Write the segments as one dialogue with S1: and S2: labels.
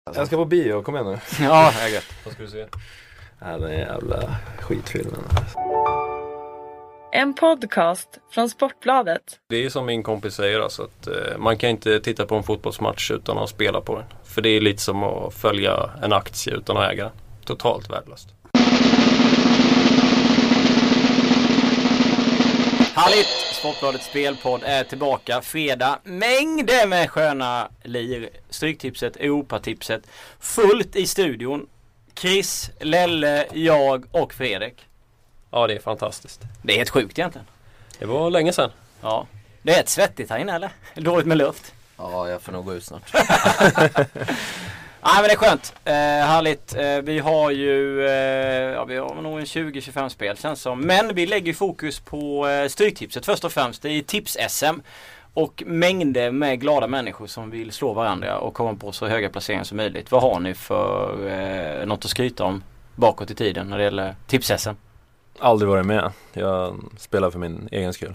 S1: Jag ska på bio, kom igen nu.
S2: Ja, jag vet.
S1: Vad ska du se? Ja, den jävla skitfilmen.
S3: En podcast från Sportbladet.
S4: Det är som min kompis säger, alltså att man kan inte titta på en fotbollsmatch utan att spela på den. För det är lite som att följa en aktie utan att äga den. Totalt värdelöst.
S2: Härligt! Sportbladets spelpodd är tillbaka. Fredag. Mängder med sköna lir. Stryktipset, Europatipset. Fullt i studion. Chris, Lelle, jag och Fredrik.
S4: Ja, det är fantastiskt.
S2: Det är helt sjukt egentligen.
S4: Det var länge sedan.
S2: Ja. Det är ett svettigt här inne, eller? Dåligt med luft.
S1: Ja, jag får nog gå ut snart.
S2: Nej, men det är skönt. Härligt. Vi har ju vi har nog en 20-25 spel känns som. Men vi lägger fokus på stryktipset först och främst. Det är tips-SM. Och mängder med glada människor som vill slå varandra och komma på så höga placeringar som möjligt. Vad har ni för något att skryta om bakåt i tiden när det gäller tips-SM?
S1: Aldrig varit med. Jag spelar för min egen skull.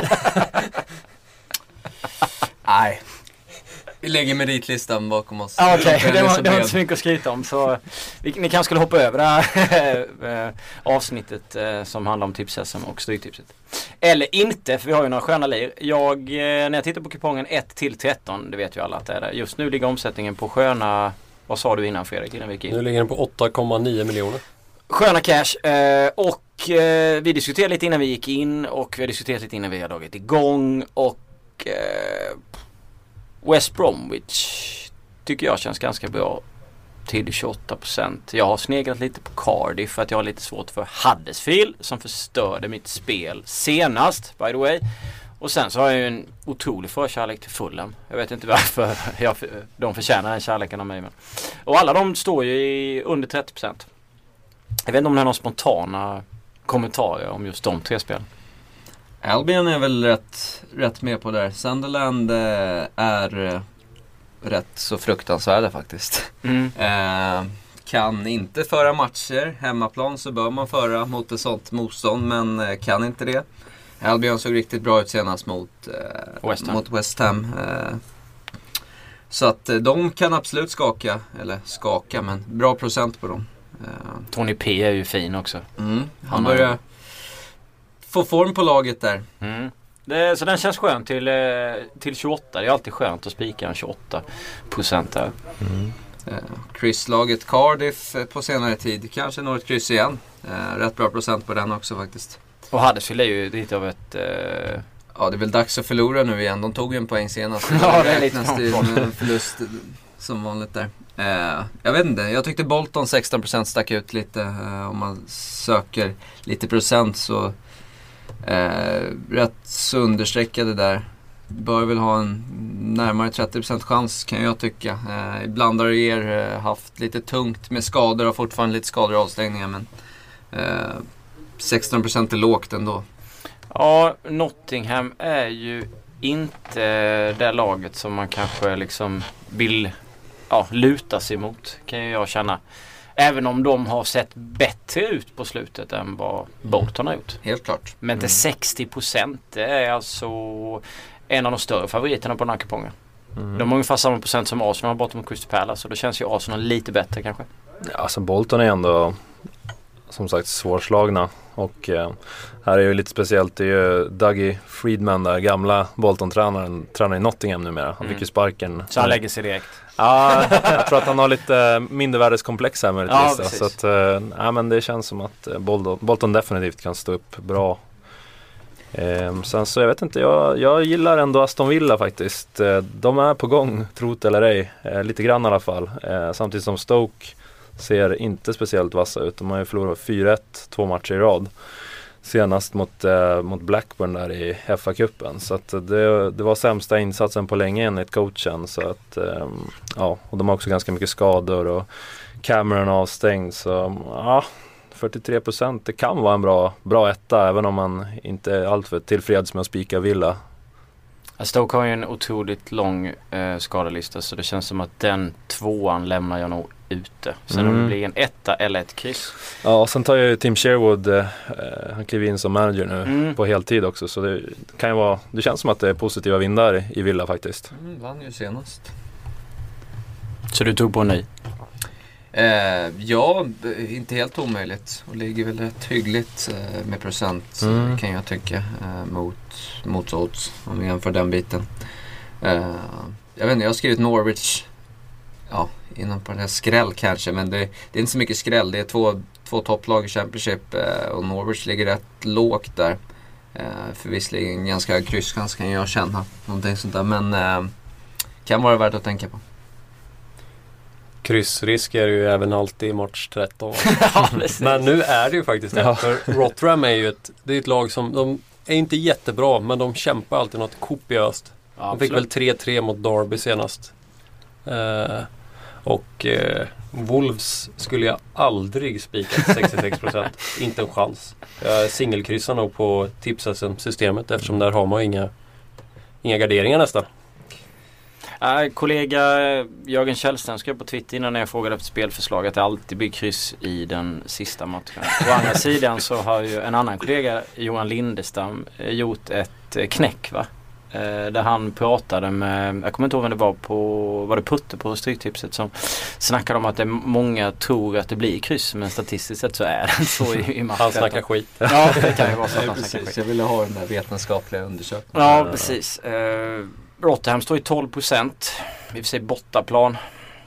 S5: Nej. Vi lägger meritlistan bakom oss.
S2: Okej, det var inte så mycket att skryta om. Så ni kanske skulle hoppa över det här avsnittet som handlar om tips-SM och stryktipset. Eller inte, för vi har ju några sköna lir. När jag tittar på kupongen 1-13, det vet ju alla att det är det. Just nu ligger omsättningen på sköna, vad sa du innan Fredrik, innan vi gick in?
S4: Nu ligger den på 8,9 miljoner.
S2: Sköna cash. Och vi diskuterade lite innan vi gick in och vi har diskuterat lite innan vi har dragit igång. Och West Bromwich tycker jag känns ganska bra till 28%. Jag har sneglat lite på Cardiff för att jag har lite svårt för Huddersfield som förstörde mitt spel senast, by the way. Och sen så har jag ju en otrolig förkärlek till Fulham. Jag vet inte varför de förtjänar den kärleken av mig. Men. Och alla de står ju i under 30%. Jag vet inte om det är några spontana kommentarer om just de tre spelen.
S5: Albion är väl rätt med på där. Sunderland är rätt så fruktansvärda faktiskt. Kan inte föra matcher. Hemmaplan så bör man föra mot ett sånt motstånd, men kan inte det. Albion såg riktigt bra ut senast mot West Ham. Så att de kan absolut skaka, men bra procent på dem.
S2: Tony P är ju fin också.
S5: Han börjar få form på laget där.
S2: Så den känns skön till 28. Det är alltid skönt att spika en 28% där.
S5: Chris-laget Cardiff på senare tid. Kanske når ett kryss igen. Rätt bra procent på den också faktiskt.
S2: Och Huddersfield är ju lite av ett...
S5: Ja, det är väl dags att förlora nu igen. De tog en poäng senast.
S2: Ja,
S5: det räknas till en förlust som vanligt där. Jag vet inte, jag tyckte Bolton 16% stack ut lite. Om man söker lite procent så rätt så understreckade där. Bör väl ha en närmare 30% chans kan jag tycka. Ibland har det haft lite tungt med skador och fortfarande lite skador och avstängningar, men 16% är lågt ändå.
S2: Ja, Nottingham är ju inte det laget som man kanske liksom vill luta sig mot, kan ju jag känna. Även om de har sett bättre ut på slutet än vad Bolton har gjort.
S5: Helt klart.
S2: Men till 60% är alltså en av de större favoriterna på den här kupongen. De har ungefär samma procent som Arsenal har bortom mot Crystal Palace, så då känns ju Arsenal lite bättre kanske.
S1: Ja, alltså Bolton är ändå som sagt svårslagna. Och här är ju lite speciellt, det är ju Dougie Friedman där, gamla Bolton-tränaren, tränar i Nottingham numera. Han fick ju sparken.
S2: Så han lägger sig direkt.
S1: Ja, jag tror att han har lite mindervärdeskomplex här med det. Så att, men det känns som att Bolton definitivt kan stå upp bra. Sen så jag vet inte, jag gillar ändå Aston Villa faktiskt. De är på gång, trot eller ej, lite grann i alla fall. Samtidigt som Stoke ser inte speciellt vassa ut. De har ju förlorat 4-1 2 matcher i rad. Senast mot Blackburn där i FA-cupen. Så att det var sämsta insatsen på länge enligt coachen. Så att, och de har också ganska mycket skador och Cameron avstängd. Så 43%, det kan vara en bra etta även om man inte är alltför tillfreds med att spika Villa.
S2: Stoke har ju en otroligt lång skadelista, så det känns som att den tvåan lämnar jag nog ute. Sen om det blir en etta eller ett kryss.
S1: Ja, och sen tar ju Tim Sherwood, han kliver in som manager nu på heltid också, så det kan ju vara, det känns som att det är positiva vindar i Villa faktiskt.
S5: Vann ju senast.
S2: Så du tog på ny?
S5: Ja, inte helt omöjligt. Och ligger väl rätt hyggligt med procent kan jag tycka mot odds om vi jämför den biten. Jag vet inte, jag har skrivit Norwich inom på den här skräll kanske, men det är inte så mycket skräll. Det är två topplag i Championship och Norwich ligger rätt lågt där. För visserligen ganska hög krysschans kan jag känna, någonting sånt där, men kan vara värt att tänka på.
S4: Kryssrisk är ju även alltid i match 13. Men nu är det ju faktiskt det. För Rotherham är ju ett lag som, de är inte jättebra, men de kämpar alltid något kopiöst. De fick väl 3-3 mot Derby senast. Wolves skulle jag aldrig spika 66%. Inte en chans. Jag singelkryssar nog på tipssystemet eftersom där har man inga garderingar nästan.
S2: Kollega Jörgen Källström skrev på Twitter innan jag frågade efter spelförslag att det alltid blir kryss i den sista matchen. Å andra sidan så har ju en annan kollega, Johan Lindestam, gjort ett knäck där han pratade med, jag kommer inte ihåg vem det var det Putte på Stryktipset som snackade om att det många tror att det blir kryss, men statistiskt sett så är det så i matchen.
S4: Han snackar skit.
S2: Ja, det kan ju vara så att han snackar skit.
S5: Jag ville ha den där vetenskapliga undersökningen.
S2: Ja, precis. Rotherham står i 12%. Vi får se bortaplan.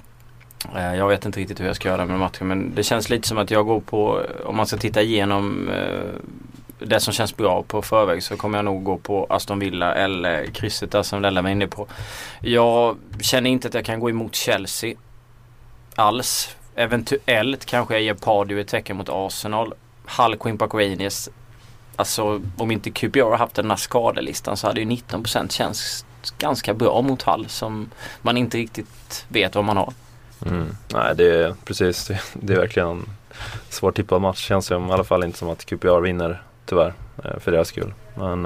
S2: Jag vet inte riktigt hur jag ska göra med matchen, men det känns lite som att jag går på, om man ska titta igenom det som känns bra på förväg, så kommer jag nog gå på Aston Villa eller krysset där som Lella var inne på. Jag känner inte att jag kan gå emot Chelsea alls. Eventuellt kanske jag ger Pardew ett tecken mot Arsenal. Hull Queen Park Rangers. Alltså om inte QPR har haft den här skadelistan så hade ju 19% känns ganska bra mot Hull som man inte riktigt vet vad man har.
S1: Nej, det är precis. Det är verkligen en svår tippad match. Känns som, i alla fall inte som att QPR vinner tyvärr för deras skull. Men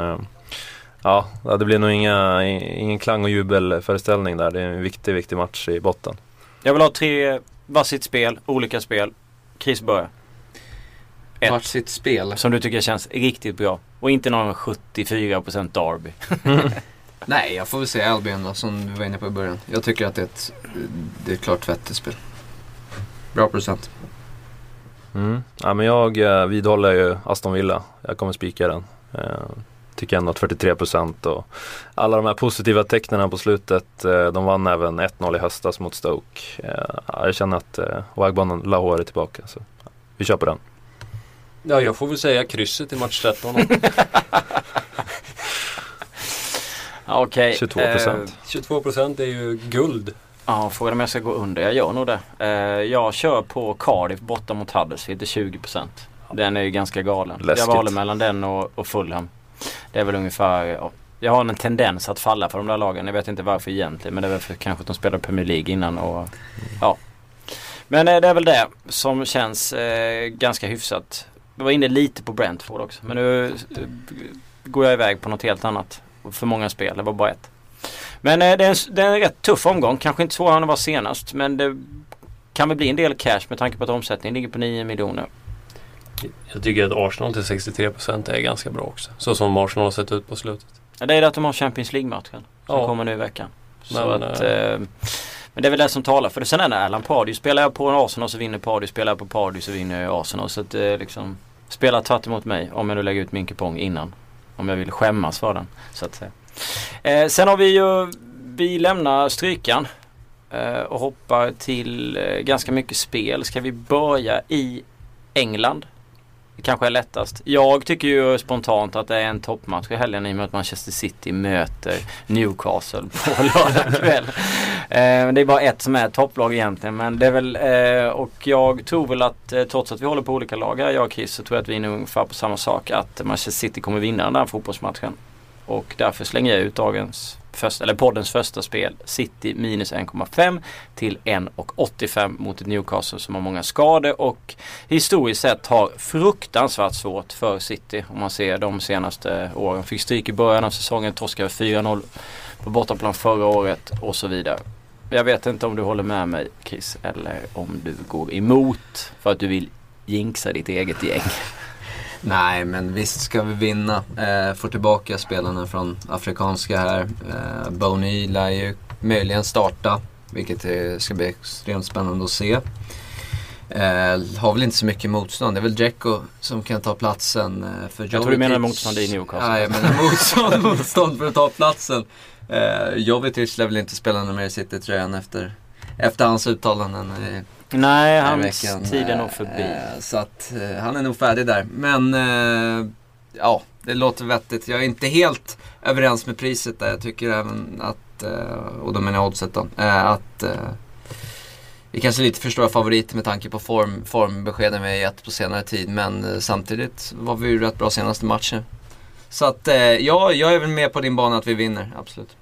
S1: det blir nog ingen klang- och jubelföreställning där. Det är en viktig match i botten.
S2: Jag vill ha 3 varsitt spel, olika spel. Chris börjar.
S5: Varsitt spel.
S2: Som du tycker känns riktigt bra. Och inte någon 74% Derby.
S5: Nej, jag får väl säga Albion då, som du var inne på i början. Jag tycker att det är ett klart vettigt spel. Bra procent.
S1: Ja, men jag vidhåller ju Aston Villa. Jag kommer spika den. Tycker ändå att 43% och alla de här positiva tecknen på slutet. De vann även 1-0 i höstas mot Stoke. Jag känner att Wagbonen Lahore är tillbaka. Så vi kör på den.
S4: Ja, jag får väl säga krysset i match 13.
S2: Okej.
S1: 22%.
S4: 22% är ju guld.
S2: Ja, frågan om jag ska gå under. Jag gör nog det. Jag kör på Cardiff borta mot Huddersfield till 20%. Den är ju ganska galen.
S1: Läskigt.
S2: Jag valde mellan den och Fulham. Det är väl ungefär... Jag har en tendens att falla för de där lagen. Jag vet inte varför egentligen, men det är väl för kanske att de spelade Premier League innan. Men det är väl det som känns ganska hyfsat. Jag var inne lite på Brentford också. Men nu går jag iväg på något helt annat. För många spel, det var bara ett. Men det är en rätt tuff omgång. Kanske inte svårare än det var senast. Men det kan väl bli en del cash med tanke på att omsättningen ligger på 9 miljoner.
S4: Jag tycker att Arsenal till 63% är ganska bra också. Så som Arsenal har sett ut på slutet.
S2: Ja, det är det att de har Champions League-matchen som kommer nu i veckan. Men det är väl det som talar för det. Sen är det Alan Pardew. Spelar jag på en Arsenal så vinner Pardew. Spelar jag på Pardew så vinner jag Arsenal. Så att liksom spela tvärt emot mig om jag nu lägger ut min kupong innan. Om jag vill skämmas för den, så att säga. Sen har vi lämnar strykan och hoppar till ganska mycket spel. Ska vi börja i England? Det kanske är lättast. Jag tycker ju spontant att det är en toppmatch i helgen i och med att Manchester City möter Newcastle på lördag kväll. Det är bara ett som är topplag egentligen, men det är väl och jag tror väl att trots att vi håller på olika lag här, jag och Chris, så tror jag att vi är nog ungefär på samma sak, att Manchester City kommer vinna den här fotbollsmatchen. Och därför slänger jag ut poddens första spel, City minus 1,5 till 1,85 mot ett Newcastle som har många skador och historiskt sett har fruktansvärt svårt för City. Om man ser de senaste åren. Fick stryk i början av säsongen, torskade 4-0 på bortaplan förra året och så vidare. Jag vet inte om du håller med mig, Chris, eller om du går emot för att du vill jinxa ditt eget gäng.
S5: Nej, men visst ska vi vinna. Få tillbaka spelarna från afrikanska här. Boney lär ju möjligen starta, vilket ska bli extremt spännande att se. Har väl inte så mycket motstånd. Det är väl Dzeko som kan ta platsen för Jovetic.
S2: Jag tror du menar motstånd i Newcastle.
S5: Ja, jag menar motstånd för att ta platsen. Jovetic lär väl inte spela någon mer i City-tröjan efter hans uttalanden.
S2: Nej, hans tid är nog förbi.
S5: Så att han är nog färdig där. Men ja, det låter vettigt. Jag är inte helt överens med priset där. Jag tycker även att, och då menar jag oddset då, att vi kanske lite förstår favoriter med tanke på formbeskeden vi har gett på senare tid. Men samtidigt var vi ju rätt bra senaste matchen. Så att ja, jag är väl med på din bana att vi vinner, absolut.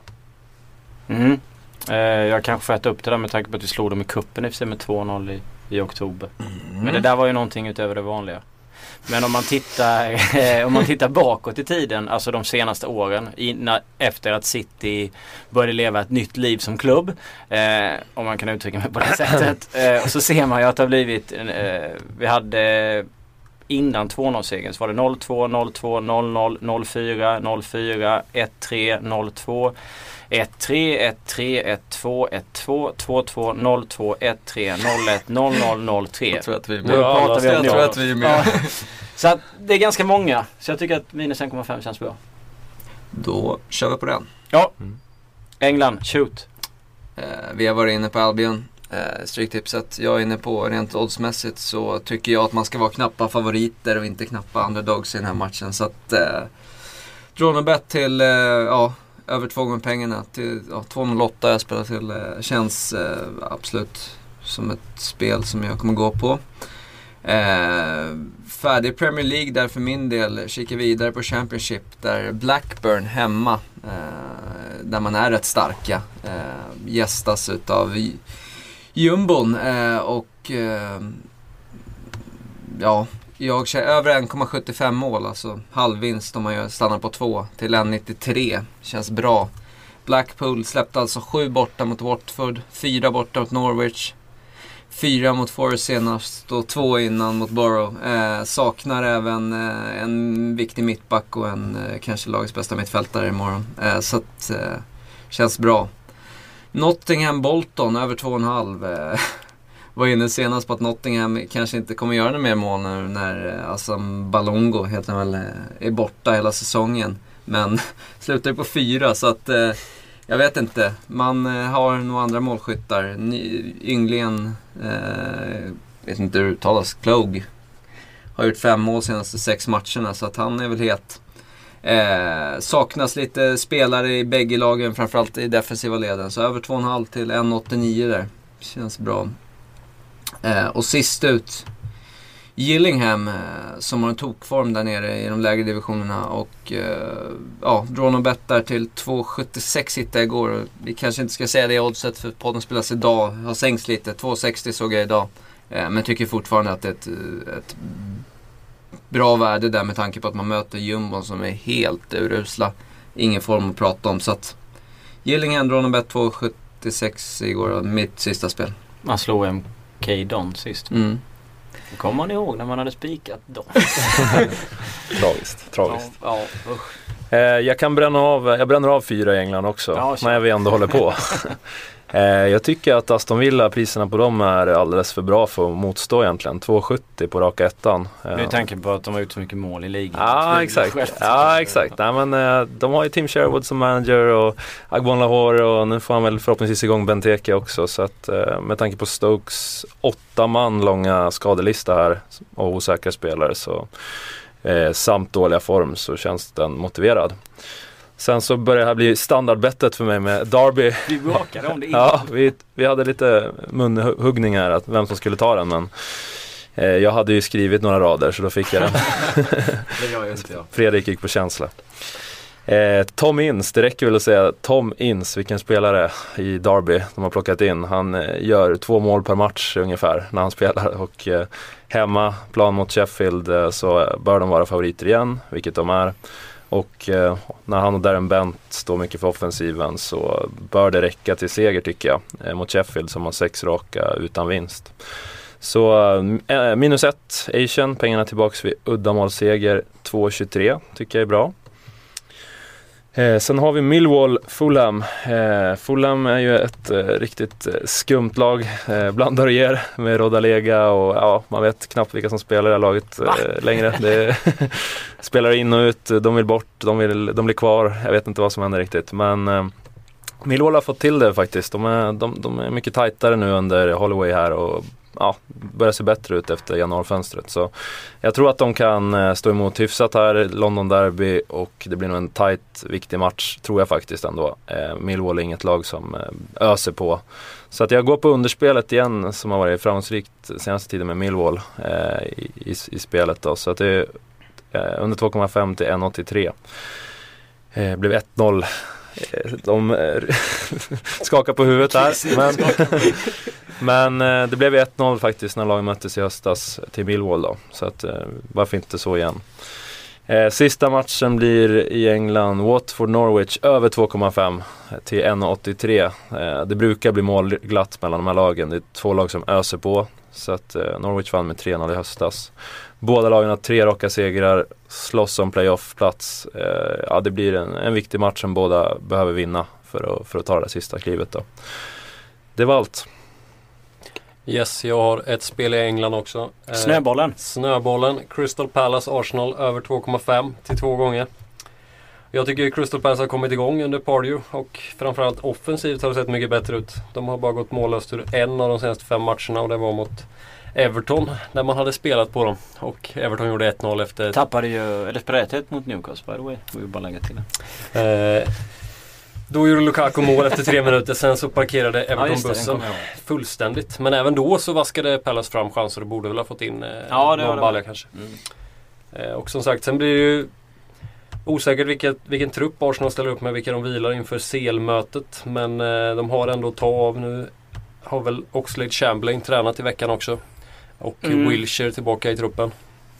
S2: Jag kanske får äta upp det där med tanke på att vi slog dem i kuppen i med 2-0 i oktober. Men det där var ju någonting utöver det vanliga. Men om man tittar bakåt i tiden, alltså de senaste åren, efter att City började leva ett nytt liv som klubb, om man kan uttrycka mig på det sättet, så ser man ju att det har blivit, vi hade innan 2-0-segern så var det 0-2, 0-2, 0-0, 0-4, 0-4, 1-3, 0-2, 1-3, 1-3, 1-2, 1-2, 2-2, 0-2, 1-3, 0-1, 0-0, 0-3.
S5: Jag tror att vi är
S2: med. Jag
S5: tror att vi är med.
S2: Ja. Så att det är ganska många. Så jag tycker att minus 1,5 känns bra.
S5: Då kör vi på den.
S2: Ja. England, shoot.
S5: Vi har varit inne på Albion. Stryktipset. Jag är inne på rent oddsmässigt så tycker jag att man ska vara knappa favoriter och inte knappa underdogs i den här matchen. Så att Dronobet till över 2 gånger pengarna till 2,08 jag spelar till känns absolut som ett spel som jag kommer gå på. Färdig Premier League där för min del. Kika vidare på Championship där Blackburn hemma där man är rätt starka gästas utav Jumbon och jag kör över 1,75 mål, alltså halvvinst om man stannar på 2 till 1,93. Känns bra. Blackpool släppte alltså 7 borta mot Watford, 4 borta mot Norwich, 4 mot Forest senast och 2 innan mot Borough. Saknar även en viktig mittback och en kanske lagets bästa mittfältare imorgon. Så att känns bra. Nottingham Bolton över 2,5. Var inne senast på att Nottingham kanske inte kommer göra några mer mål när Assam Balongo heter väl, är borta hela säsongen. Men slutar på 4 så att jag vet inte. Man har några andra målskyttar. Ynglingen, vet inte hur det uttalas, Klog har gjort 5 mål senaste 6 matcherna så att han är väl het. Saknas lite spelare i bägge lagen, framförallt i defensiva leden. Så över 2,5 till 1,89 där. Känns bra. Och sist ut Gillingham som har en tokform där nere i de lägre divisionerna och Dronobet där till 2,76 hittade jag igår. Vi kanske inte ska säga det i oddset för podden spelas idag, har sänkts lite, 2,60 såg jag idag, men tycker fortfarande att det är ett bra värde där med tanke på att man möter Jumbon som är helt urusla, ingen form att prata om, så att Gillingham Dronobet 2,76 igår, mitt sista spel.
S2: Man slog MK Don sist. Kommer man ihåg när man hade spikat Don?
S1: Tragiskt.
S2: Ja,
S1: jag bränner av 4 i England också, när vi ändå håller på. Jag tycker att Aston Villa, priserna på dem är alldeles för bra för att motstå egentligen. 2,70 på raka ettan.
S2: Nu tänker på att de har gjort så mycket mål i ligan.
S1: Ja, exakt. Nej, men de har ju Tim Sherwood som manager och Agbon Lahore, och nu får han väl förhoppningsvis igång Benteke också. Så att med tanke på Stokes 8 man långa skadelista här och osäkra spelare så samt dåliga form så känns den motiverad. Sen så börjar det här bli standardbettet för mig med Derby.
S2: Vi bråkade om det innan.
S1: Ja, vi hade lite munhuggningar att vem som skulle ta den, men jag hade ju skrivit några rader så då fick jag den.
S2: Det gör ju inte jag.
S1: Fredrik gick på känsla. Tom Ince, det räcker väl att säga Tom Ince, vilken spelare i Derby de har plockat in. Han gör 2 mål per match ungefär när han spelar, och hemma plan mot Sheffield så bör de vara favoriter igen, vilket de är. Och när han och Darren Bent står mycket för offensiven så bör det räcka till seger tycker jag, mot Sheffield som har 6 raka utan vinst. Så -1 Asian, pengarna tillbaks vid uddamålsseger 2,23 tycker jag är bra. Sen har vi Millwall, Fulham. Fulham är ju ett riktigt skumt lag. Blandar och ger med Rodalega och ja, man vet knappt vilka som spelar i det här laget längre. Det spelar in och ut, de vill bort, de blir kvar. Jag vet inte vad som händer riktigt. Men Millwall har fått till det faktiskt. De är mycket tajtare nu under Holloway här och ja, börjar se bättre ut efter januarifönstret. Så jag tror att de kan stå emot hyfsat här, London Derby, och det blir nog en tight, viktig match, tror jag faktiskt ändå. Millwall är inget lag som öser på. Så att jag går på underspelet igen, som har varit framgångsrikt senaste tiden med Millwall i spelet då. Så att det är under 2,5 till 1,83. Blev 1-0. De skakar på huvudet där. Men det blev 1-0 faktiskt när lagen möttes i höstas till Millwall då. Så att varför inte så igen. Sista matchen blir i England Watford Norwich över 2,5 till 1,83. Det brukar bli målglatt mellan de här lagen. Det är två lag som öser på. Så att Norwich vann med 3-0 i höstas. Båda lagen har 3 raka segrar, slåss om playoff-plats. Ja, det blir en viktig match som båda behöver vinna för att ta det där sista klivet då. Det var allt.
S4: Yes, jag har ett spel i England också. Snöbollen, Crystal Palace Arsenal över 2,5 till 2 gånger. Jag tycker Crystal Palace har kommit igång under Pardew och framförallt offensivt har det sett mycket bättre ut. De har bara gått mållöst ur en av de senaste 5 matcherna och det var mot Everton när man hade spelat på dem. Och Everton gjorde 1-0 efter...
S2: Tappade ju, eller spelade ett mot Newcastle by the way. Vi bara lägga till det.
S4: Då gjorde Lukaku mål efter 3 minuter. Sen så parkerade Everton-bussen fullständigt. Men även då så vaskade Palace fram chanser och borde väl ha fått in någon balja kanske. Och som sagt, sen blir det ju osäkert vilken trupp Arsenal ställer upp med, vilka de vilar inför CL-mötet. Men de har ändå ta av nu. Har väl Oxlade-Chamberlain tränat i veckan också. Och Wilshere tillbaka i truppen.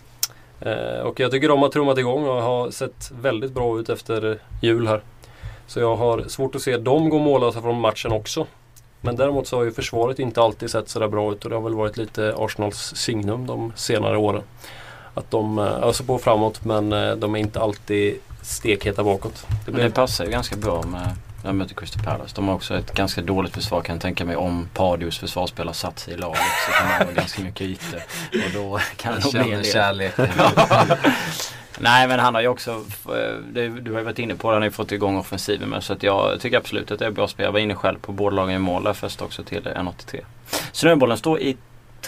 S4: Och jag tycker de har trummat igång och har sett väldigt bra ut efter jul här. Så jag har svårt att se dem gå mållösa från matchen också. Men däremot så har ju försvaret inte alltid sett så där bra ut. Och det har väl varit lite Arsenals signum de senare åren. Att de öser på framåt men de är inte alltid stekheta bakåt.
S2: Det passar ju ganska bra med när de möter Crystal Palace. De har också ett ganska dåligt försvar, kan jag tänka mig. Om Pardews försvarsspelare satt sig i laget så kan man ha ganska mycket ytor. Och då kan det nog bli en kärlek. Nej, men han har ju också, du har ju varit inne på det, han har ju fått igång offensiven med, så att jag tycker absolut att det är bra spel. Jag var inne själv på båda lagen i mål där först också till 1,83. Snöbollen står i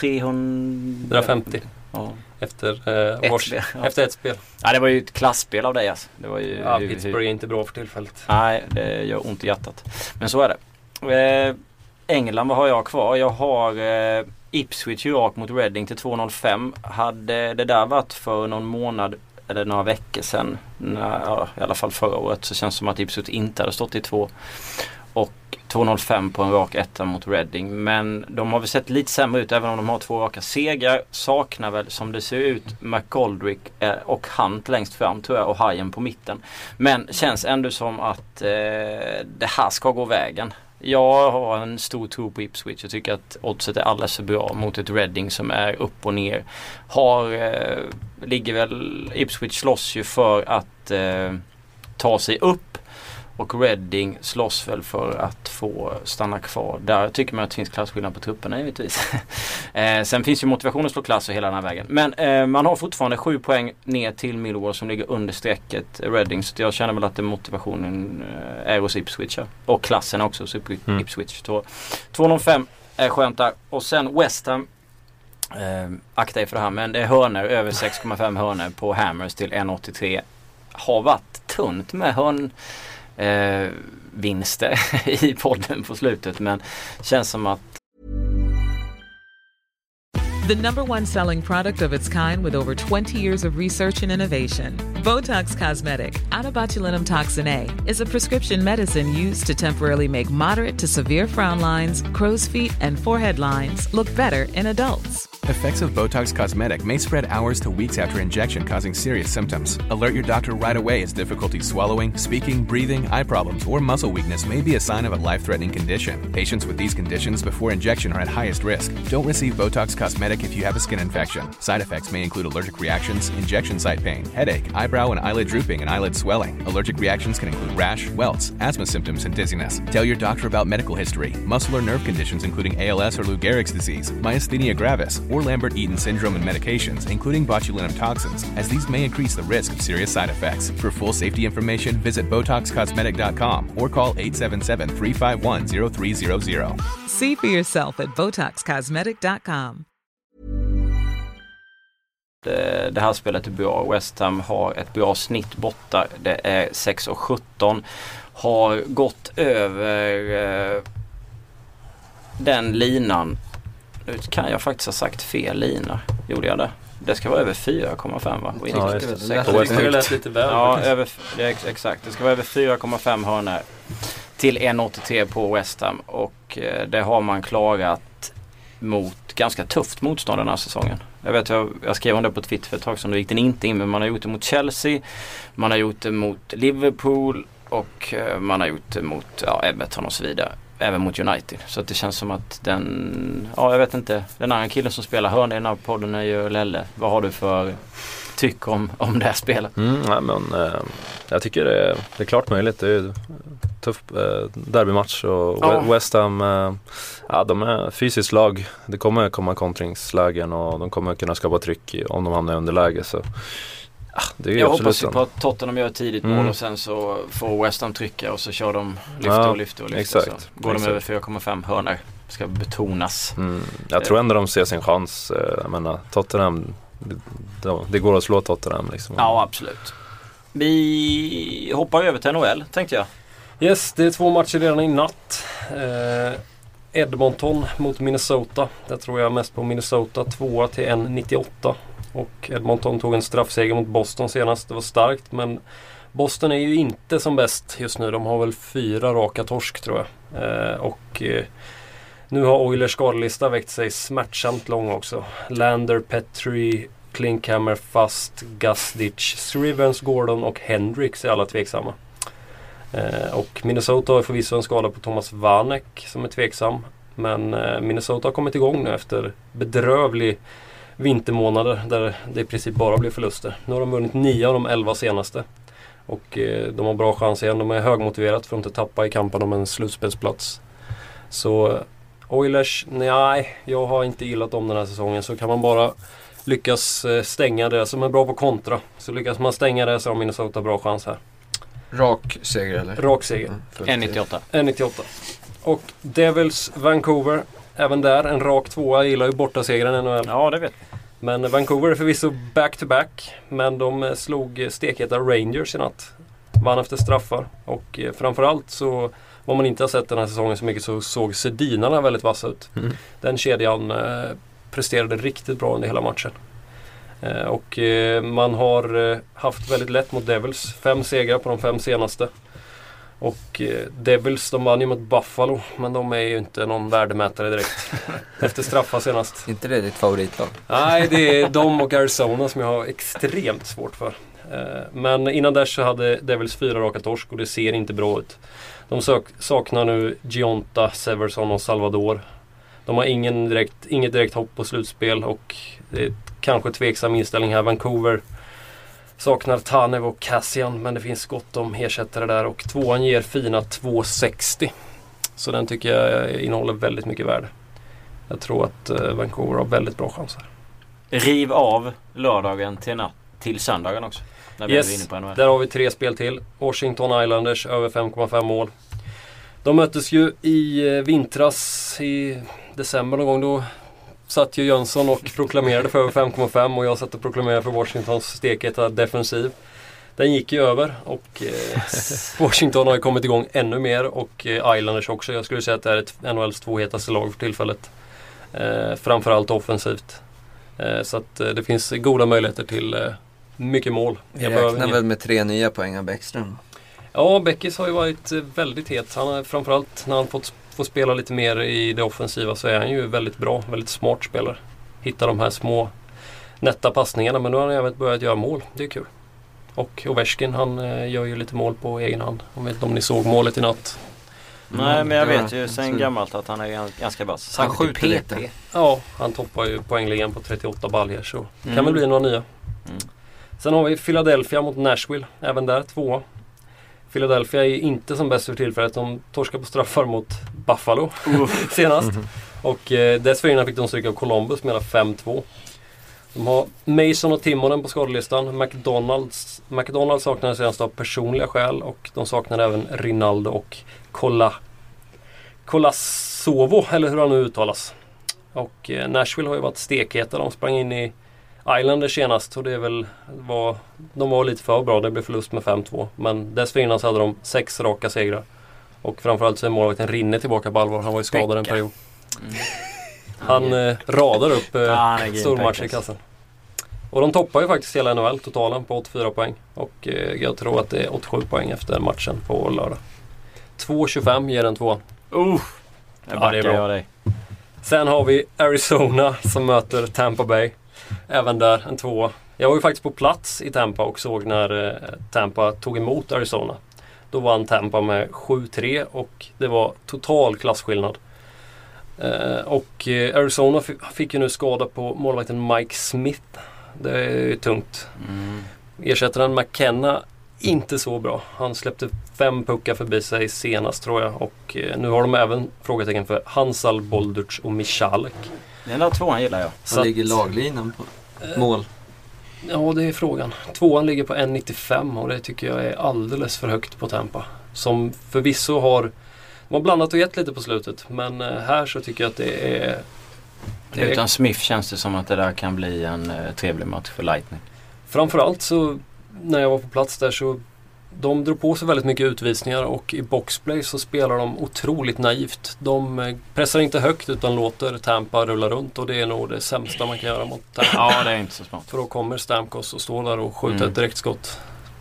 S2: 350.
S4: Ja. Efter ett spel.
S2: Ja, det var ju ett klassspel av dig alltså. Det var ju,
S4: Pittsburgh är inte bra för tillfället.
S2: Nej, det gör ont i hjärtat. Men så är det. England, vad har jag kvar? Jag har Ipswich York mot Reading till 2,05. Hade det där varit för någon månad eller några veckor sedan, i alla fall förra året, så känns det som att Ipswich inte hade stått i 2. Och 2,05 på en rak etta mot Reading. Men de har väl sett lite sämre ut, även om de har 2 raka segrar. Saknar väl, som det ser ut, McGoldrick och Hunt längst fram tror jag, och Hajen på mitten. Men känns ändå som att det här ska gå vägen. Jag har en stor tro på Ipswich. Jag tycker att oddset är alldeles för bra mot ett Reading som är upp och ner. Ligger väl, Ipswich slåss ju för att ta sig upp. Och Reading slåss väl för att få stanna kvar. Där tycker man att det finns klassskillnad på trupperna givetvis. Sen finns ju motivation att slå klass och hela den här vägen. Men man har fortfarande 7 poäng ner till Millwall som ligger under strecket Reading. Så jag känner väl att motivationen är hos Ipswich. Och klassen också hos Ipswich. 2,05 är skönt där. Och sen West Ham. Akta er för det här, men det är hörnor, över 6,5 hörnor på Hammers till 1,83. Har varit tunt med vinster i podden på slutet, men känns som att
S6: The #1 selling product of its kind with over 20 years of research and innovation. Botox Cosmetic, onabotulinum toxin A, is a prescription medicine used to temporarily make moderate to severe frown lines, crow's feet, and forehead lines look better in adults.
S7: Effects of Botox Cosmetic may spread hours to weeks after injection, causing serious symptoms. Alert your doctor right away as difficulty swallowing, speaking, breathing, eye problems, or muscle weakness may be a sign of a life-threatening condition. Patients with these conditions before injection are at highest risk. Don't receive Botox Cosmetic if you have a skin infection. Side effects may include allergic reactions, injection site pain, headache, eyebrow and eyelid drooping, and eyelid swelling. Allergic reactions can include rash, welts, asthma symptoms, and dizziness. Tell your doctor about medical history, muscle or nerve conditions including ALS or Lou Gehrig's disease, myasthenia gravis, or Lambert-Eaton syndrome, and medications, including botulinum toxins, as these may increase the risk of serious side effects. For full safety information, visit BotoxCosmetic.com or call 877-351-0300.
S6: See for yourself at BotoxCosmetic.com.
S2: Det här spelet är bra. West Ham har ett bra snitt borta. Det är 6,17. Har gått över den linan. Nu kan jag faktiskt ha sagt fel lina. Gjorde jag det? Det ska vara över 4,5 va? Och
S4: det lät lite väl.
S2: Ja, exakt. Det ska vara över 4,5 hörnor till 1,83 på West Ham. Och det har man klarat mot ganska tufft motstånd den här säsongen. Jag skrev om det på Twitter för ett tag sedan, då gick den inte in, men man har gjort det mot Chelsea, man har gjort det mot Liverpool och man har gjort det mot Everton och så vidare. Även mot United. Så att det känns som att den andra killen som spelar hörna i den här podden är ju Lelle. Vad har du för tyck om det här spelet?
S1: Jag tycker det är klart möjligt. Det är ju tuff derbymatch och West Ham, de är fysiskt lag. Det kommer komma kontringslägen och de kommer kunna skapa tryck om de hamnar i underläge. Så det är ju
S2: jag hoppas ju på att Tottenham gör ett tidigt mål och sen så får West Ham trycka och så kör de lyfter. Exakt. Så går de över 4,5 hörnor. Ska betonas.
S1: Jag tror ändå de ser sin chans. Jag menar, Tottenham, det går att slå Tottenham liksom.
S2: Ja, absolut. Vi hoppar över till NHL, tänkte jag.
S4: Yes, det är 2 matcher redan i natt. Edmonton mot Minnesota. Där tror jag mest på Minnesota, 2 till 1,98. Och Edmonton tog en straffseger mot Boston senast. Det var starkt, men Boston är ju inte som bäst just nu. De har väl 4 raka torsk tror jag. Nu har Oilers skadelista väckt sig smärtsamt lång också. Lander, Petrie, Klinkhammer, Fast, Gusditch, Scrivens, Gordon och Hendricks är alla tveksamma. Och Minnesota har förvisso en skada på Thomas Vanek som är tveksam. Men Minnesota har kommit igång nu efter bedrövlig vintermånader där det i princip bara blir förluster. Nu har de vunnit 9 av de 11 senaste. Och de har bra chans igen. De är högmotiverat för att inte tappa i kampen om en slutspelsplats. Så Oilers, nej, jag har inte gillat om den här säsongen. Så kan man bara lyckas stänga det som är bra på kontra. Så lyckas man stänga det så har Minnesota bra chans här.
S5: Rak seger eller?
S4: Rak seger.
S2: 1,98.
S4: Och Devils Vancouver, även där en rak 2. Jag gillar ju bortasegern i NHL.
S2: Ja, det vet vi.
S4: Men Vancouver är förvisso back-to-back. Men de slog stekheta Rangers i natt. Vann efter straffar. Och framförallt så, om man inte har sett den här säsongen så mycket, så såg Sedinarna väldigt vassa ut. Den kedjan presterade riktigt bra under hela matchen. Och man har haft väldigt lätt mot Devils. 5 segrar på de 5 senaste. Och Devils, de vann ju mot Buffalo, men de är ju inte någon värdemätare direkt. Efter straffar senast.
S5: Inte det ditt favoritlag?
S4: Nej, det är de och Arizona som jag har extremt svårt för. Men innan där så hade Devils 4 raka torsk och det ser inte bra ut. De saknar nu Gionta, Severson och Salvador. De har inget direkt hopp på slutspel och det är kanske tveksam inställning här. Vancouver saknar Tanev och Cassian, men det finns gott om ersättare där och 2an ger fina 2,60. Så den tycker jag innehåller väldigt mycket värde. Jag tror att Vancouver har väldigt bra chanser.
S2: Riv av lördagen till söndagen också.
S4: Yes, där har vi 3 spel till. Washington Islanders över 5,5 mål. De möttes ju i vintras i december någon gång. Då satt ju Jönsson och proklamerade för över 5,5 och jag satt och proklamerade för Washingtons steketa defensiv. Den gick ju över och Washington har ju kommit igång ännu mer och Islanders också. Jag skulle säga att det är ett NHLs 2 hetaste lag för tillfället. Framförallt offensivt. Så att det finns goda möjligheter till mycket mål.
S5: Vi räknar väl med 3 nya poäng av Bäckström?
S4: Ja, Bäckis har ju varit väldigt het. Han har framförallt när han får spela lite mer i det offensiva så är han ju väldigt bra, väldigt smart spelare. hitta de här små nätta passningarna. Men nu har han även börjat göra mål. Det är kul. Och Ovechkin, han gör ju lite mål på egen hand. Jag vet inte om ni såg målet i natt.
S2: Nej, men jag vet ju sen gammalt att han är ganska vass.
S5: Han skjuter lite.
S4: Ja, han toppar ju poängligan på 38 baljor, så kan väl bli några nya. Sen har vi Philadelphia mot Nashville. Även där 2. Philadelphia är inte som bäst för tillfället. De torskar på straffar mot Buffalo senast. Och dessförinnan fick de stryka av Columbus med 5-2. De har Mason och Timonen på skadelistan. McDonald saknar senast av personliga skäl. Och de saknar även Rinaldo och Kolasovo, eller hur han nu uttalas. Och Nashville har ju varit stekheta. De sprang in i Islanders senast och det är väl de var lite för bra. Det blev förlust med 5-2. Men dessförinnan så hade de 6 raka segrar. Och framförallt så är målvakten Rinne tillbaka på allvar. Han var ju skadad en period. Han radar upp stormatcher i kassen. Och de toppar ju faktiskt hela NHL totalen på 84 poäng. Och jag tror att det är 87 poäng efter matchen på lördag. 2,25 ger den 2.
S2: Det är bra.
S4: Sen har vi Arizona som möter Tampa Bay. Även där en 2. Jag var ju faktiskt på plats i Tampa och såg när Tampa tog emot Arizona. Då vann Tampa med 7-3 och det var total klassskillnad. Och Arizona fick ju nu skada på målvakten Mike Smith. Det är ju tungt. Ersättaren McKenna inte så bra. Han släppte 5 puckar förbi sig senast tror jag. Och nu har de även frågetecken för Hansal, Bolduc och Michalek.
S2: Den där 2 gillar jag.
S5: Vad ligger laglinan på mål?
S4: Ja, det är frågan. 2 ligger på 1,95 och det tycker jag är alldeles för högt på Tampa. Som förvisso har blandat och gett lite på slutet. Men här så tycker jag att det är...
S2: Utan Smith känns det som att det där kan bli en trevlig match för Lightning.
S4: Framförallt så när jag var på plats där så de drog på sig väldigt mycket utvisningar och i boxplay så spelar de otroligt naivt. De pressar inte högt utan låter Tampa rulla runt och det är nog det sämsta man kan göra mot Tampa.
S2: Ja, det är inte så smart.
S4: För då kommer Stamkos och står där och skjuter ett direktskott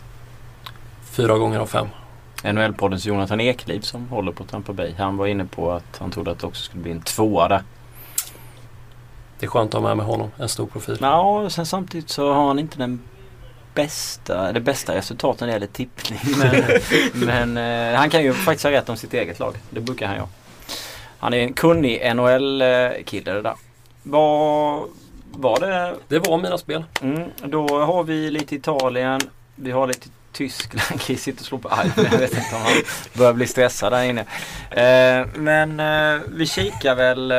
S4: 4 gånger av 5.
S2: NHL-poddens Jonathan Ekliv som håller på Tampa Bay. Han var inne på att han trodde att det också skulle bli en 2 där.
S4: Det är skönt att ha med honom, en stor profil.
S2: Ja, sen samtidigt så har han inte det bästa resultaten när det gäller tippning. Men han kan ju faktiskt ha rätt om sitt eget lag. Det brukar han ju. Han är en kunnig NHL-kille det där. Var det?
S4: Det var mina spel.
S2: Då har vi lite Italien. Vi har lite Tyskland. Chris sitter och slår på iPhone. Jag vet inte om han börjar bli stressad där inne. Men vi kikar väl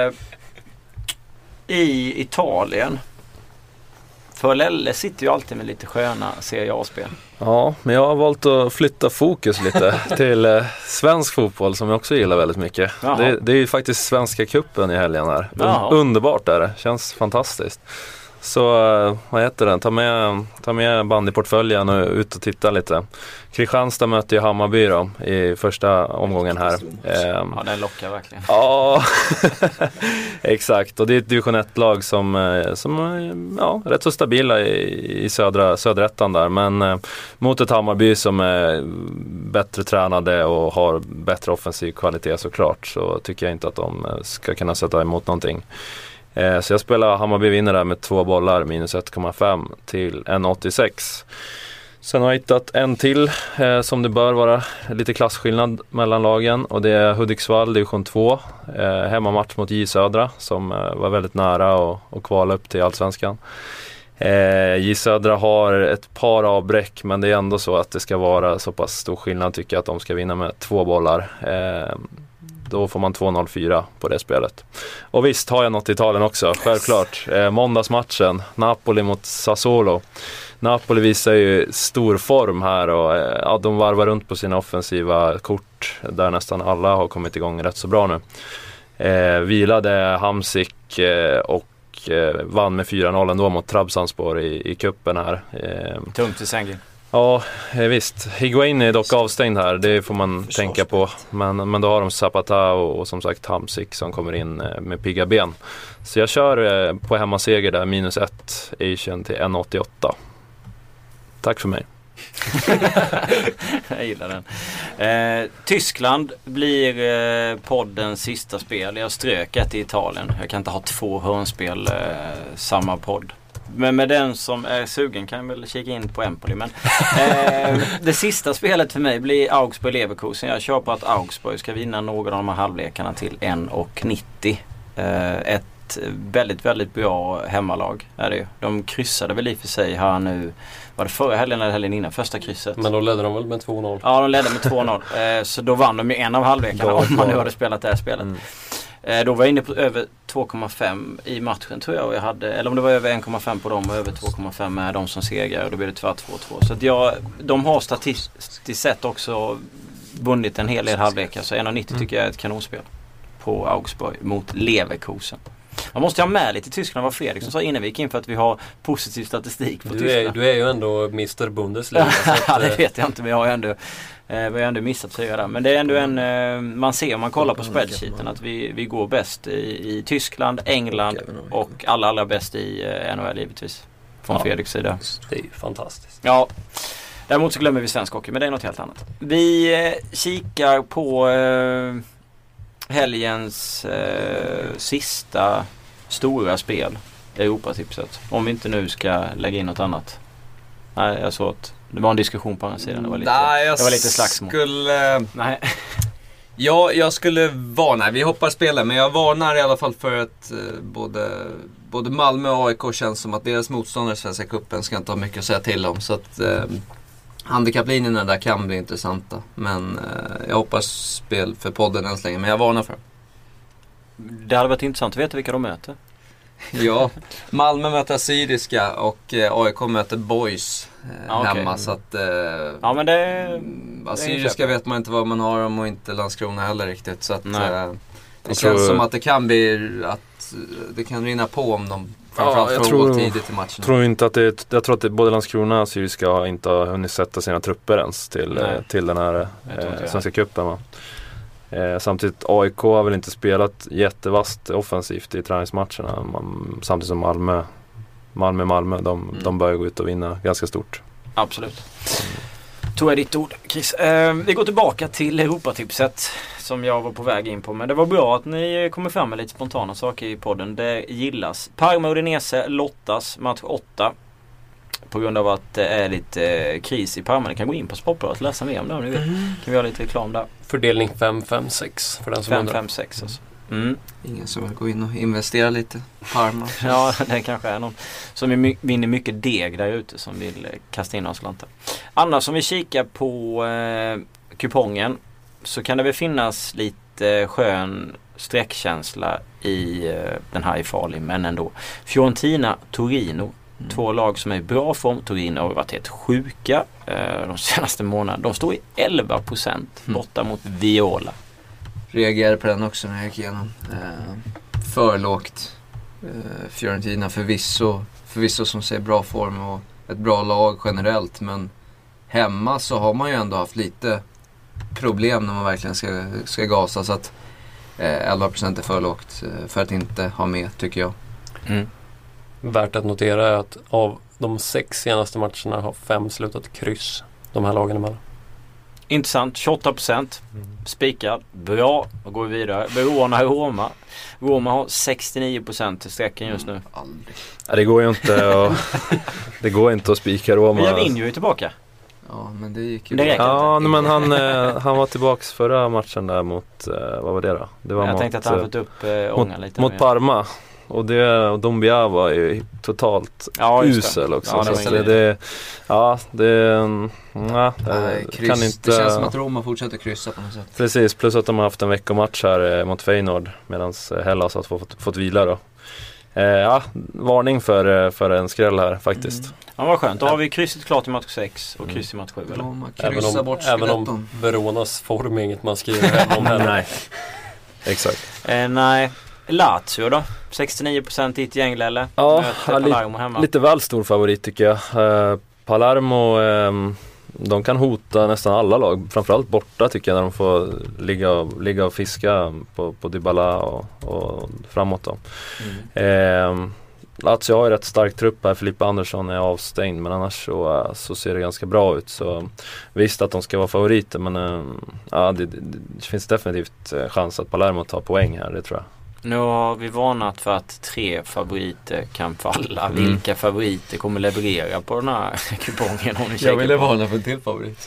S2: i Italien. För Lelle sitter ju alltid med lite sköna Serie A-spel.
S1: Ja, men jag har valt att flytta fokus lite till svensk fotboll som jag också gillar väldigt mycket. Det är ju faktiskt Svenska cupen i helgen här. Underbart är det, känns fantastiskt. Så vad heter den? Ta med bandyportföljen och ut och titta lite. Kristianstad möter ju Hammarby då, i första omgången här.
S2: Ja, den lockar verkligen.
S1: Ja, exakt. Och det är ett division 1-lag som rätt så stabila i söderettan där. Men mot ett Hammarby som är bättre tränade och har bättre offensiv kvalitet såklart, så tycker jag inte att de ska kunna sätta emot någonting. Så jag spelar Hammarby vinner där med 2 bollar minus 1,5 till 1,86. Sen har jag hittat en till som det bör vara lite klassskillnad mellan lagen, och det är Hudiksvall division 2 hemmamatch mot J Södra som var väldigt nära att kvala upp till Allsvenskan. J Södra har ett par avbräck, men det är ändå så att det ska vara så pass stor skillnad tycker jag att de ska vinna med 2 bollar. Då får man 2,04 på det spelet. Och visst har jag något i Italien också, självklart. Måndagsmatchen, Napoli mot Sassuolo. Napoli visar ju stor form här och de varvar runt på sina offensiva kort där nästan alla har kommit igång rätt så bra nu. Vilade Hamsik och vann med 4-0 ändå mot Trabzonspor i kuppen här.
S2: Tungt i sängen.
S1: Ja, visst. Higuain är dock avstängd här, det får man tänka på. Men då har de Zapata och som sagt Hamsik som kommer in med pigga ben. Så jag kör på hemmaseger där, minus 1 Asian till 1,88. Tack för mig.
S2: Jag gillar den. Tyskland blir poddens sista spel. Jag strök ett i Italien. Jag kan inte ha 2 hörnspel samma podd. Men med den som är sugen kan jag väl kika in på Empoli. Men det sista spelet för mig blir Augsburg-Leverkusen. Jag kör på att Augsburg ska vinna några av de här halvlekarna till 1,90. Ett väldigt, väldigt bra hemmalag är det ju. De kryssade väl i för sig här nu. Var det förra helgen eller helgen innan första krysset?
S4: Men då ledde de väl med 2-0?
S2: Ja, de ledde med 2-0. Så då vann de ju en av halvlekarna om man nu hade spelat det här spelet. Då var jag inne på över 2,5 i matchen tror jag. Eller om det var över 1,5 på dem och över 2,5 med de som segrar. Och då blev det tvärt 2-2. Så att de har statistiskt sett också vunnit en hel del halvlekar. Så 1,90 tycker jag är ett kanonspel på Augsburg mot Leverkusen. Man måste ha med lite Tyskland vad Fredrik som sa innan vi gick in för att vi har positiv statistik på Tyskland.
S4: Du är ju ändå Mr. Bundesliga.
S2: Ja, det vet jag inte, men vi har ändå missat att säga det. Men det är ändå man ser om man kollar på spreadsheeten att vi går bäst i Tyskland, England och allra bäst i NHL givetvis. Från Fredriks sida.
S4: Det är ju fantastiskt.
S2: Ja, däremot så glömmer vi svensk hockey, men det är något helt annat. Vi kikar på helgens sista stora spel, Europatipset. Om vi inte nu ska lägga in något annat. Nej, jag såg att det var en diskussion på andra sidan. Det var lite slagsmål. Nej.
S5: Ja, jag skulle varna. Vi hoppar spela, men jag varnar i alla fall för att både Malmö och AIK känns som att deras motståndare i Svenska cupen ska inte ha mycket att säga till om. Så att handikapplinjerna där kan bli intressanta. Men jag hoppas spel för podden än så länge, men jag varnar för.
S2: Det hade varit intressant att veta vilka de möter.
S5: Ja, Malmö möter Assyriska och AIK möter Boys hemma. Så att,
S2: ja, men
S5: Assyriska vet man inte vad man har om och inte Landskrona heller riktigt. Så att, det känns som att det kan bli att det kan rinna på om de framförallt får tidigt i matchen.
S1: Jag tror att både Landskrona och Assyriska inte har hunnit sätta sina trupper ens till den här Svenska cupen, va? Samtidigt AIK har väl inte spelat jättevast offensivt i träningsmatcherna, samtidigt som Malmö de börjar gå ut och vinna ganska stort.
S2: Absolut. Tog jag ditt ord, Chris. Vi går tillbaka till Europatipset som jag var på väg in på, men det var bra att ni kommer fram med lite spontana saker i podden. Det gillas. Parma och Udinese lottas match 8 på grund av att det är lite kris i Parma. Ni kan gå in på Sportbladet och läsa mer om det om ni vill. Kan vi ha lite reklam där.
S4: Fördelning 5-5-6 för den som undrar.
S2: 5-5-6 alltså.
S5: Ingen som vill gå in och investera lite Parma.
S2: Ja, det kanske är någon som vinner mycket deg där ute som vill kasta in några slantar. Annars om vi kikar på kupongen så kan det väl finnas lite skön sträckkänsla i den här i farlig, men ändå. Fiorentina, Torino. 2 lag som är i bra form. Torino har varit helt sjuka de senaste månaderna. De står i 11% borta mot Viola.
S5: Reagerade på den också när jag gick igenom. För lågt. Fiorentina förvisso som ser bra form och ett bra lag generellt, men hemma så har man ju ändå haft lite problem när man verkligen ska gasa, så att 11% är för lågt för att inte ha med, tycker jag.
S4: Värt att notera är att av de 6 senaste matcherna har 5 slutat kryss, de här lagen emellan.
S2: Intressant, 28% spikad, bra, och går vidare. Roma har 69% till sträcken just nu.
S1: Ja, det går ju inte att spika Roma.
S2: Men Javinho är tillbaka.
S5: Ja, men det gick ju.
S1: Men han var tillbaks förra matchen där mot vad var det då? Det var
S2: jag tänkte att han fått upp ångan lite
S1: mot Parma. Och Dombia var ju totalt usel också.
S5: Det känns som att Roma fortsätter kryssa på något sätt.
S1: Precis, plus att de har haft en veckomatch här mot Feyenoord medan Hellas har fått vila då. Varning för en skräll här faktiskt.
S2: Ja, vad skönt. Då har vi krysset klart i match 6 och kryss i match 7.
S5: Även
S4: om Veronas form är inget man skriver hem om heller.
S1: Nej, exakt.
S2: Nej. Lazio då? 69% i ett gäng, eller?
S1: Ja, lite väl stor favorit tycker jag. Palermo, de kan hota nästan alla lag. Framförallt borta tycker jag, när de får ligga och fiska på Dybala och framåt då. Lazio har ju rätt stark trupp här. Filippa Andersson är avstängd, men annars så ser det ganska bra ut. Så visst att de ska vara favoriter, men det finns definitivt chans att Palermo tar poäng här, det tror jag.
S2: Nu har vi varnat för att 3 favoriter kan falla. Vilka favoriter kommer leverera på den här kupongen?
S5: Jag ville varna för en till favorit.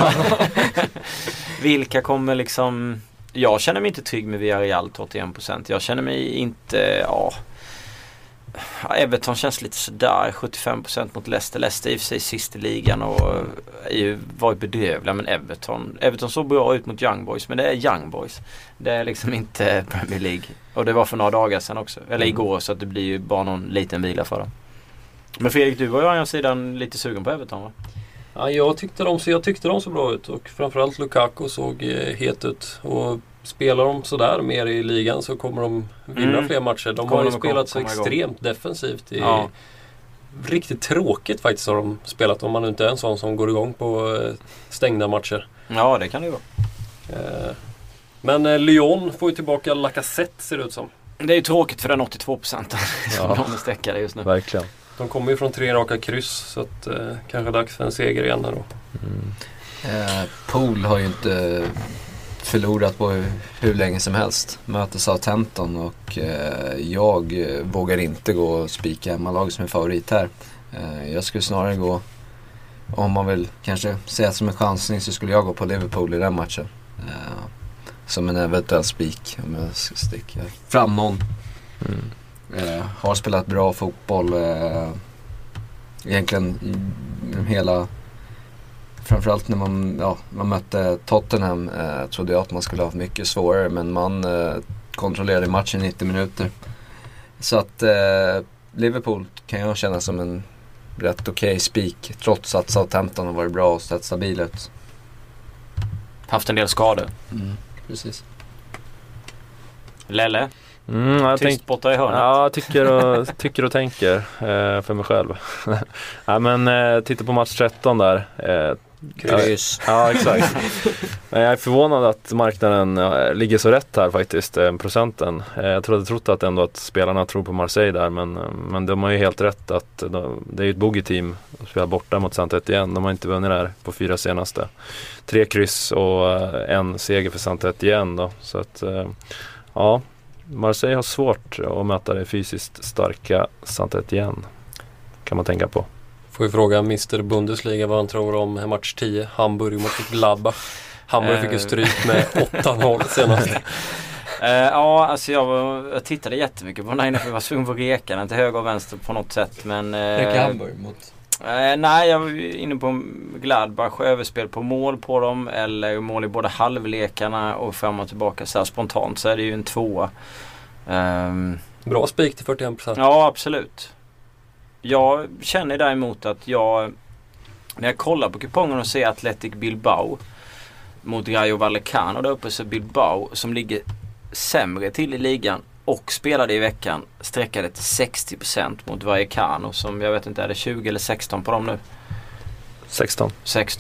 S2: Vilka kommer liksom... Jag känner mig inte trygg med Villarreal 81%. Jag känner mig inte... Everton känns lite sådär. 75% mot Leicester. Leicester i och för sig sist i ligan och var ju bedrövliga, men Everton såg bra ut mot Young Boys, men det är Young Boys. Det är liksom inte Premier League. Och det var för några dagar sedan också. Eller igår, så att det blir ju bara någon liten vila för dem. Men Fredrik, du var ju å andra sidan lite sugen på Everton, va?
S4: Ja, jag tyckte de så bra ut, och framförallt Lukaku såg het ut. Och spelar de sådär mer i ligan så kommer de vinna fler matcher. De har ju spelat så extremt defensivt. Riktigt tråkigt faktiskt har de spelat, om man inte är en sån som går igång på stängda matcher.
S2: Ja, det kan det ju vara.
S4: Men Lyon får ju tillbaka Lacazette, ser det ut som.
S2: Det är ju tråkigt för den 82% som de är stäckade just nu.
S1: Verkligen.
S4: De kommer ju från 3 raka kryss, så att kanske dags för en seger igen här då.
S5: Pool har ju inte förlorat på hur länge som helst. Möter Southampton, och jag vågar inte gå och spika hemmalag som en favorit här. Jag skulle snarare gå, om man vill kanske säga som en chansning, så skulle jag gå på Liverpool i den matchen. Som en eventuell spik, om jag ska sticka fram någon. Har spelat bra fotboll egentligen hela, framförallt när man mötte Tottenham trodde jag att man skulle ha mycket svårare, men man kontrollerade matchen i 90 minuter. Så att Liverpool kan jag känna som en rätt okej spik, trots att Southampton har varit bra och sett stabil ut.
S2: Haft en del skador.
S5: Precis.
S2: Lelle?
S1: Tyst
S2: borta i hörnet.
S1: Ja, jag tycker och tänker för mig själv. Ja, men titta på match 13 där.
S5: Kryss.
S1: Ja, exakt. Men jag är förvånad att marknaden ligger så rätt här faktiskt, procenten. Jag hade trott att spelarna tror på Marseille där, men de har ju helt rätt att det är ju ett bogey-team som spelar borta mot Saint-Étienne. De har inte vunnit där på 4 senaste. 3 kryss och 1 seger för Saint-Étienne då. Så att, ja, Marseille har svårt att möta det fysiskt starka Saint-Étienne, kan man tänka på.
S4: Får vi fråga Mr. Bundesliga vad han tror om match 10, Hamburg mot Gladbach. Hamburg fick ju stryk med 8-0 senast.
S2: Ja, alltså jag tittade jättemycket på den, för jag var svungen på rekan till höger och vänster på något sätt. Men
S5: Hamburg mot...
S2: nej, jag var inne på Gladbach, överspel på mål på dem, eller mål i båda halvlekarna och fram och tillbaka. Så här spontant så är det ju en 2.
S4: Bra spik till 41%.
S2: Ja, absolut. Jag känner däremot att när jag kollar på kupongen och ser Athletic Bilbao mot Rayo Vallecano där uppe, så Bilbao som ligger sämre till i ligan och spelade i veckan sträckade till 60% mot Vallecano som, jag vet inte, är det 20 eller 16 på dem nu? 16.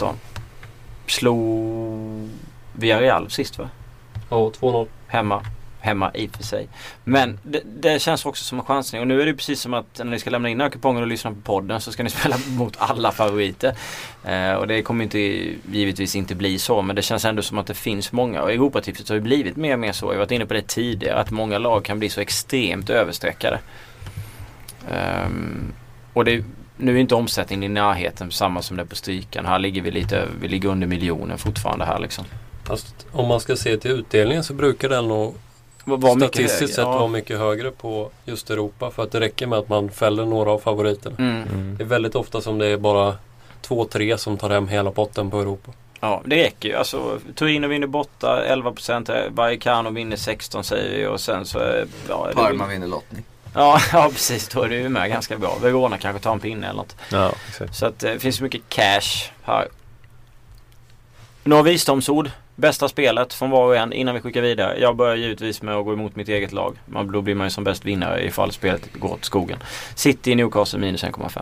S2: Slog Villarreal sist, va?
S4: Ja, 2-0.
S2: Hemma i och för sig. Men det känns också som en chansning. Och nu är det precis som att när ni ska lämna in den här kupongen och lyssna på podden, så ska ni spela mot alla favoriter. Och det kommer givetvis inte bli så, men det känns ändå som att det finns många. Och Europatipset har ju blivit mer och mer så. Jag har varit inne på det tidigare, att många lag kan bli så extremt översträckade. Och nu är inte omsättningen i närheten samma som det på strykan. Här ligger vi ligger under miljonen fortfarande här liksom.
S4: Fast om man ska se till utdelningen så brukar den nog statistiskt sett vara mycket högre på just Europa, för att det räcker med att man fäller några av favoriterna. Det är väldigt ofta som det är bara 2-3 som tar hem hela potten på Europa.
S2: Ja, det räcker ju. Alltså, Torino vinner borta 11%, Vallecano vinner 16 säger vi, och sen så
S5: Parma vinner lottning.
S2: Ja, precis. Då är det ju med ganska bra. Verona kanske tar en pinne eller något.
S1: Ja, exakt.
S2: Så att det finns mycket cash här. Några visdomsord. Bästa spelet från var och en innan vi skickar vidare. Jag börjar givetvis med att gå emot mitt eget lag. Då blir man ju som bäst vinnare ifall spelet går åt skogen. City i Newcastle minus 1,5.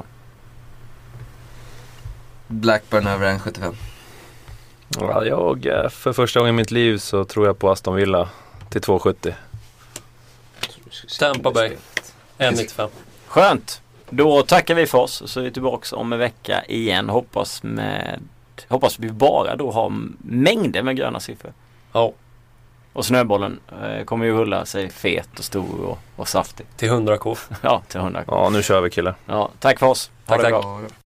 S5: Blackburn över 1,75.
S1: Ja, jag för första gången i mitt liv så tror jag på Aston Villa till 2,70.
S4: Tampa Bay 1,95.
S2: Skönt. Då tackar vi för oss och så är vi tillbaka om en vecka igen. Hoppas vi bara då har mängder med gröna siffror.
S4: Ja.
S2: Och snöbollen kommer ju hulla sig fet och stor och saftig.
S4: Till 100k.
S2: Ja, till 100k.
S1: Ja, nu kör vi killar.
S2: Ja, tack för oss.
S4: Tack.